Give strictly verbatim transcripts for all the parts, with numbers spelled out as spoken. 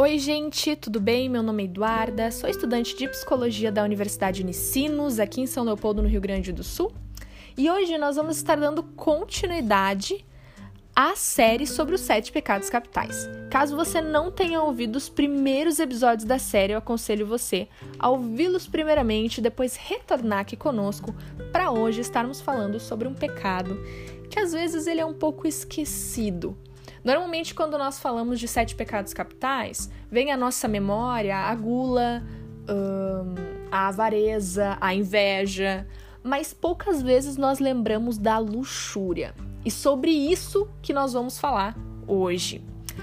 Oi gente, tudo bem? Meu nome é Eduarda, sou estudante de Psicologia da Universidade Unicinos, aqui em São Leopoldo, no Rio Grande do Sul. E hoje nós vamos estar dando continuidade à série sobre os sete pecados capitais. Caso você não tenha ouvido os primeiros episódios da série, eu aconselho você a ouvi-los primeiramente e depois retornar aqui conosco para hoje estarmos falando sobre um pecado que às vezes ele é um pouco esquecido. Normalmente, quando nós falamos de sete pecados capitais, vem à nossa memória a gula, hum, a avareza, a inveja, mas poucas vezes nós lembramos da luxúria. E sobre isso que nós vamos falar hoje.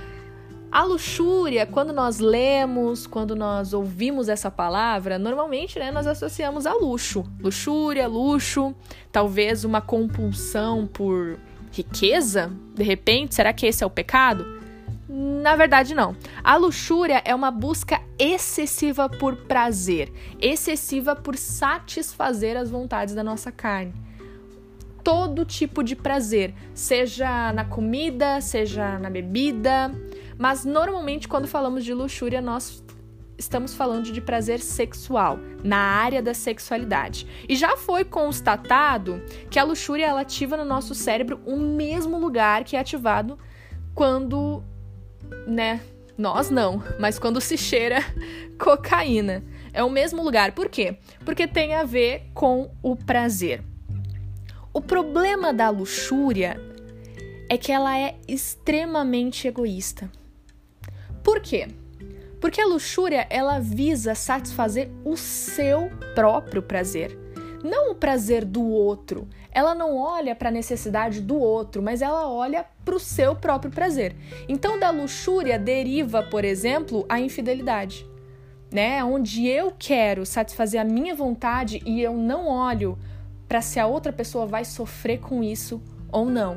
A luxúria, quando nós lemos, quando nós ouvimos essa palavra, normalmente, né, nós associamos a luxo. Luxúria, luxo, talvez uma compulsão por riqueza, de repente, será que esse é o pecado? Na verdade, não. A luxúria é uma busca excessiva por prazer, excessiva por satisfazer as vontades da nossa carne. Todo tipo de prazer, seja na comida, seja na bebida, mas normalmente quando falamos de luxúria, nós estamos falando de prazer sexual, na área da sexualidade. E já foi constatado que a luxúria ela ativa no nosso cérebro o mesmo lugar que é ativado quando, né, nós não, mas quando se cheira cocaína. É o mesmo lugar. Por quê? Porque tem a ver com o prazer. O problema da luxúria é que ela é extremamente egoísta. Por quê? Porque a luxúria, ela visa satisfazer o seu próprio prazer, não o prazer do outro. Ela não olha para a necessidade do outro, mas ela olha para o seu próprio prazer. Então, da luxúria deriva, por exemplo, a infidelidade, né? Onde eu quero satisfazer a minha vontade e eu não olho para se a outra pessoa vai sofrer com isso ou não.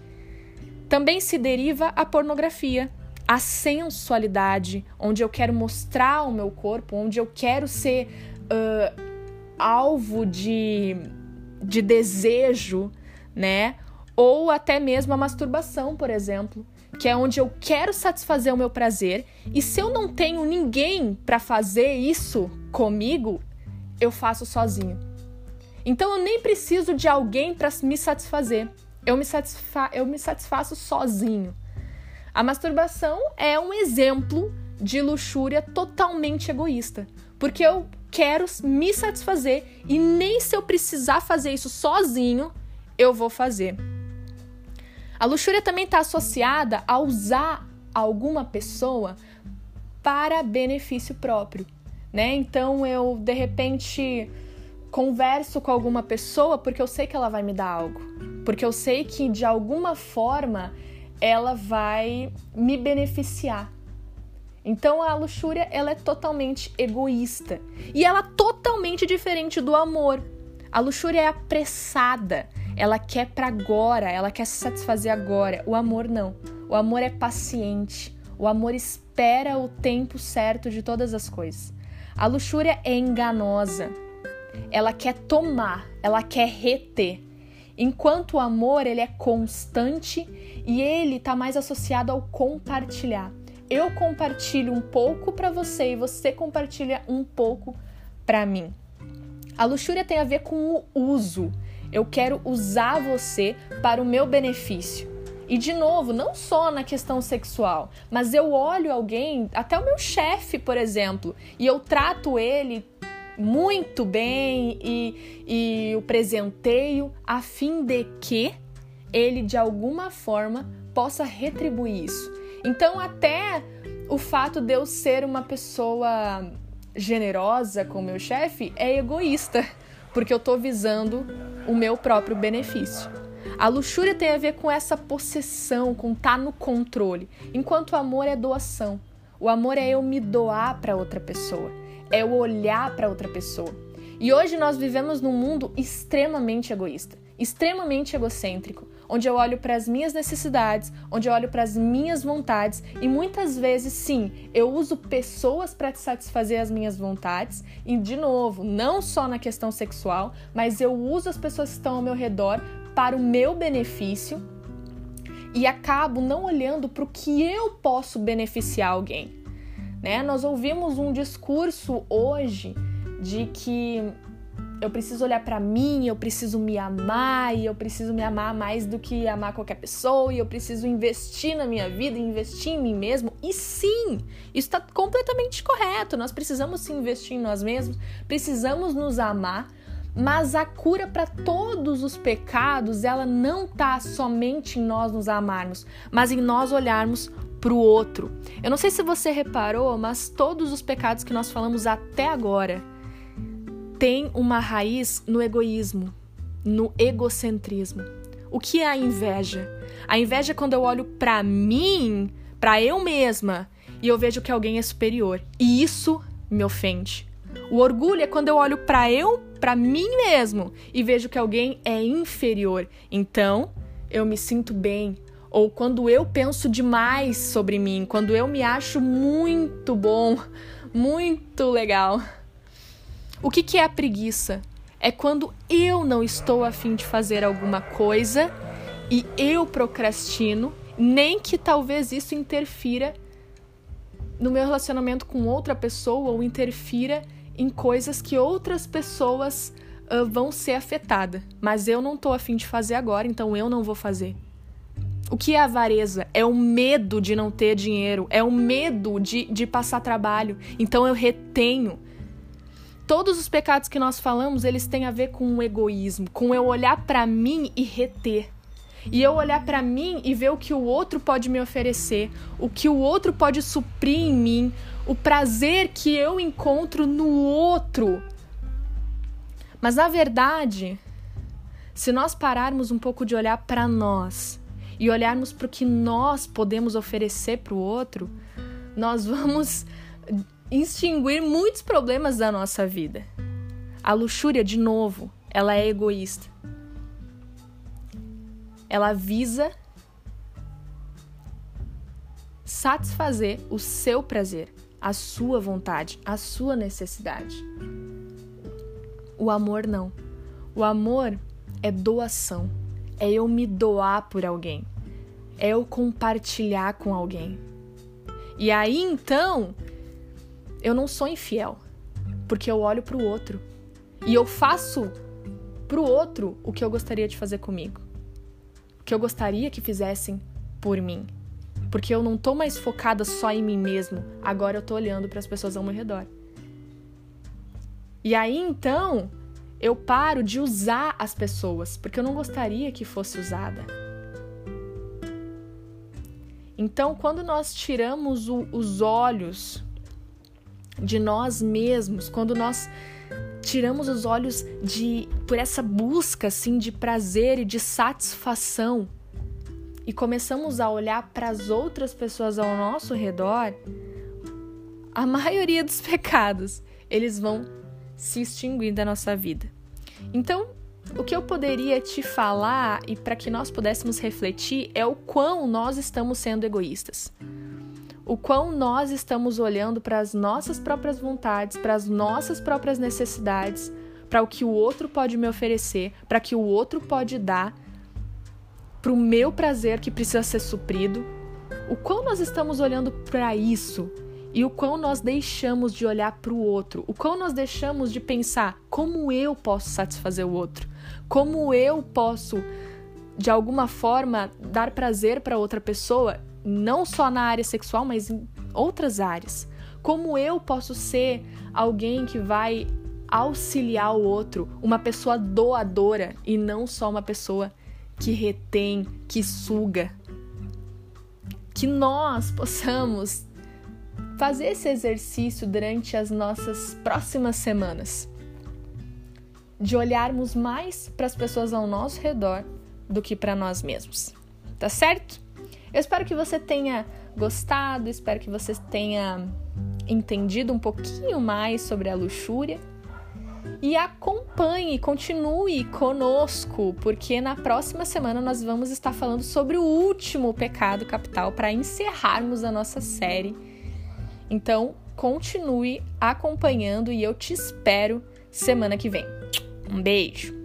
Também se deriva a pornografia, a sensualidade, onde eu quero mostrar o meu corpo, onde eu quero ser uh, alvo de, de desejo, né? Ou até mesmo a masturbação, por exemplo, que é onde eu quero satisfazer o meu prazer e se eu não tenho ninguém para fazer isso comigo, eu faço sozinho. Então eu nem preciso de alguém para me satisfazer, eu me, satisfa- eu me satisfaço sozinho. A masturbação é um exemplo de luxúria totalmente egoísta, porque eu quero me satisfazer e nem se eu precisar fazer isso sozinho, eu vou fazer. A luxúria também está associada a usar alguma pessoa para benefício próprio, né? Então eu, de repente, converso com alguma pessoa porque eu sei que ela vai me dar algo, porque eu sei que de alguma forma ela vai me beneficiar. Então a luxúria ela é totalmente egoísta e ela é totalmente diferente do amor. A luxúria é apressada, ela quer para agora, ela quer se satisfazer agora. O amor não. O amor é paciente. O amor espera o tempo certo de todas as coisas. A luxúria é enganosa. Ela quer tomar, ela quer reter. Enquanto o amor ele é constante e ele está mais associado ao compartilhar. Eu compartilho um pouco para você e você compartilha um pouco para mim. A luxúria tem a ver com o uso. Eu quero usar você para o meu benefício. E de novo, não só na questão sexual, mas eu olho alguém, até o meu chefe, por exemplo, e eu trato ele muito bem e, e o presenteio a fim de que ele de alguma forma possa retribuir isso. Então até o fato de eu ser uma pessoa generosa com o meu chefe é egoísta, porque eu estou visando o meu próprio benefício. A luxúria tem a ver com essa possessão, com estar no controle, enquanto o amor é doação. O amor é eu me doar para outra pessoa. É eu olhar para outra pessoa. E hoje nós vivemos num mundo extremamente egoísta, extremamente egocêntrico, onde eu olho para as minhas necessidades, onde eu olho para as minhas vontades e muitas vezes, sim, eu uso pessoas para satisfazer as minhas vontades e, de novo, não só na questão sexual, mas eu uso as pessoas que estão ao meu redor para o meu benefício e acabo não olhando para o que eu posso beneficiar alguém. né? Nós ouvimos um discurso hoje de que eu preciso olhar pra mim, eu preciso me amar, e eu preciso me amar mais do que amar qualquer pessoa, e eu preciso investir na minha vida, investir em mim mesmo. E sim, isso está completamente correto. Nós precisamos sim investir em nós mesmos, precisamos nos amar, mas a cura para todos os pecados, ela não está somente em nós nos amarmos, mas em nós olharmos para o outro. Eu não sei se você reparou, mas todos os pecados que nós falamos até agora tem uma raiz no egoísmo, no egocentrismo. O que é a inveja? A inveja é quando eu olho pra mim, pra eu mesma, e eu vejo que alguém é superior. E isso me ofende. O orgulho é quando eu olho pra eu, pra mim mesmo, e vejo que alguém é inferior. Então, eu me sinto bem. Ou quando eu penso demais sobre mim, quando eu me acho muito bom, muito legal. O que que é a preguiça? É quando eu não estou a fim de fazer alguma coisa e eu procrastino, nem que talvez isso interfira no meu relacionamento com outra pessoa ou interfira em coisas que outras pessoas uh, vão ser afetadas. Mas eu não estou a fim de fazer agora, então eu não vou fazer. O que é avareza? É o medo de não ter dinheiro, é o medo de, de passar trabalho, então eu retenho. Todos os pecados que nós falamos, eles têm a ver com o egoísmo, com eu olhar para mim e reter. E eu olhar para mim e ver o que o outro pode me oferecer, o que o outro pode suprir em mim, o prazer que eu encontro no outro. Mas na verdade, se nós pararmos um pouco de olhar para nós e olharmos para o que nós podemos oferecer para o outro, nós vamos extinguir muitos problemas da nossa vida. A luxúria, de novo, ela é egoísta. Ela visa satisfazer o seu prazer, a sua vontade, a sua necessidade. O amor não. O amor é doação. É eu me doar por alguém. É eu compartilhar com alguém. E aí, então, eu não sou infiel, porque eu olho pro outro e eu faço pro outro o que eu gostaria de fazer comigo, o que eu gostaria que fizessem por mim, porque eu não tô mais focada só em mim mesmo, agora eu tô olhando para as pessoas ao meu redor. E aí, então, eu paro de usar as pessoas, porque eu não gostaria que fosse usada. Então, quando nós tiramos o, os olhos de nós mesmos, quando nós tiramos os olhos de por essa busca assim de prazer e de satisfação e começamos a olhar para as outras pessoas ao nosso redor, a maioria dos pecados, eles vão se extinguir da nossa vida. Então, o que eu poderia te falar e para que nós pudéssemos refletir é o quão nós estamos sendo egoístas. O quão nós estamos olhando para as nossas próprias vontades, para as nossas próprias necessidades, para o que o outro pode me oferecer, para o que o outro pode dar, para o meu prazer que precisa ser suprido. O quão nós estamos olhando para isso e o quão nós deixamos de olhar para o outro, o quão nós deixamos de pensar como eu posso satisfazer o outro, como eu posso, de alguma forma, dar prazer para outra pessoa, não só na área sexual, mas em outras áreas. Como eu posso ser alguém que vai auxiliar o outro, uma pessoa doadora e não só uma pessoa que retém, que suga. Que nós possamos fazer esse exercício durante as nossas próximas semanas, de olharmos mais para as pessoas ao nosso redor do que para nós mesmos. Tá certo? Eu espero que você tenha gostado, espero que você tenha entendido um pouquinho mais sobre a luxúria e acompanhe, continue conosco, porque na próxima semana nós vamos estar falando sobre o último pecado capital para encerrarmos a nossa série. Então, continue acompanhando e eu te espero semana que vem. Um beijo!